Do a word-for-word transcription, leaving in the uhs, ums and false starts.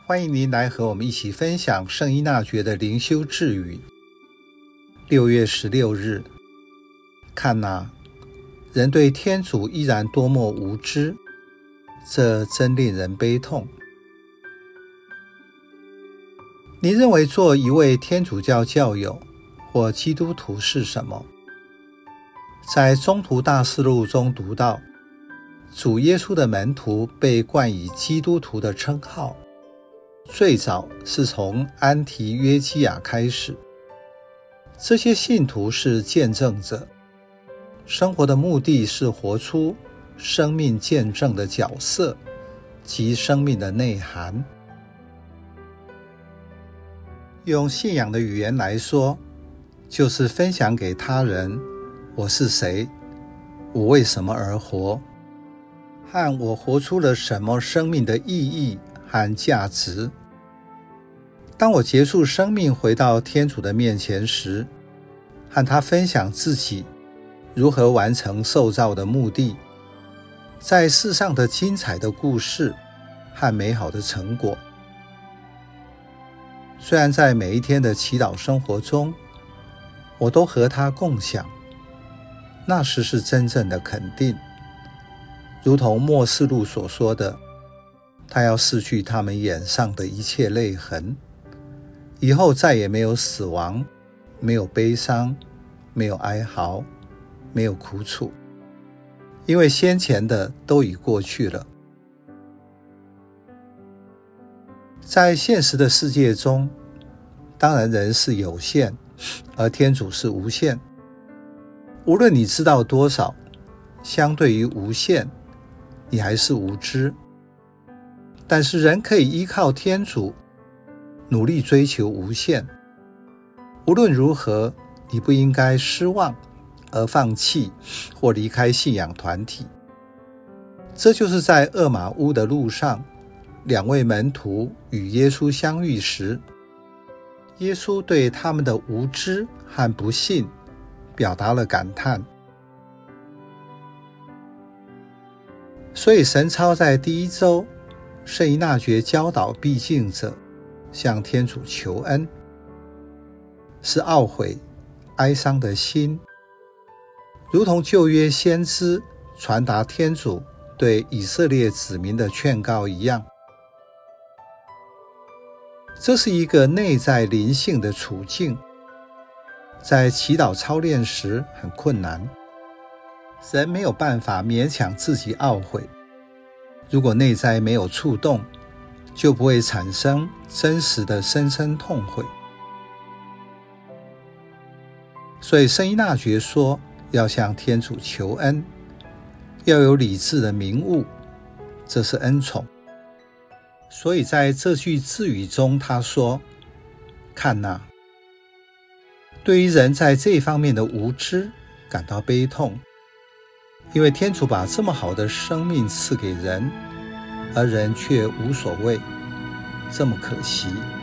欢迎您来和我们一起分享圣依纳爵的灵修智语。六月十六日，看哪，人对天主依然多么无知，这真令人悲痛。你认为做一位天主教教友或基督徒是什么？在宗徒大事录中读到，主耶稣的门徒被冠以基督徒的称号，最早是从安提约基亚开始。这些信徒是见证者，生活的目的是活出生命见证的角色及生命的内涵。用信仰的语言来说，就是分享给他人我是谁，我为什么而活，和我活出了什么生命的意义和价值。当我结束生命回到天主的面前时，和他分享自己如何完成受造的目的，在世上的精彩的故事和美好的成果。虽然在每一天的祈祷生活中，我都和他共享，那时是真正的肯定，如同默示录所说的，他要拭去他们眼上的一切泪痕，以后再也没有死亡，没有悲伤，没有哀嚎，没有苦楚，因为先前的都已过去了。在现实的世界中，当然人是有限，而天主是无限。无论你知道多少，相对于无限，你还是无知。但是人可以依靠天主，努力追求无限。无论如何，你不应该失望而放弃或离开信仰团体。这就是在厄玛乌的路上，两位门徒与耶稣相遇时，耶稣对他们的无知和不信表达了感叹。所以神操在第一周，圣依纳爵教导必敬者向天主求恩，是懊悔哀伤的心，如同旧约先知传达天主对以色列子民的劝告一样。这是一个内在灵性的处境，在祈祷操练时很困难，人没有办法勉强自己懊悔，如果内在没有触动，就不会产生真实的深深痛悔。所以圣依纳爵说，要向天主求恩，要有理智的明悟，这是恩宠。所以在这句智语中，他说，看哪，对于人在这方面的无知感到悲痛，因为天主把这么好的生命赐给人，而人却无所谓，这么可惜。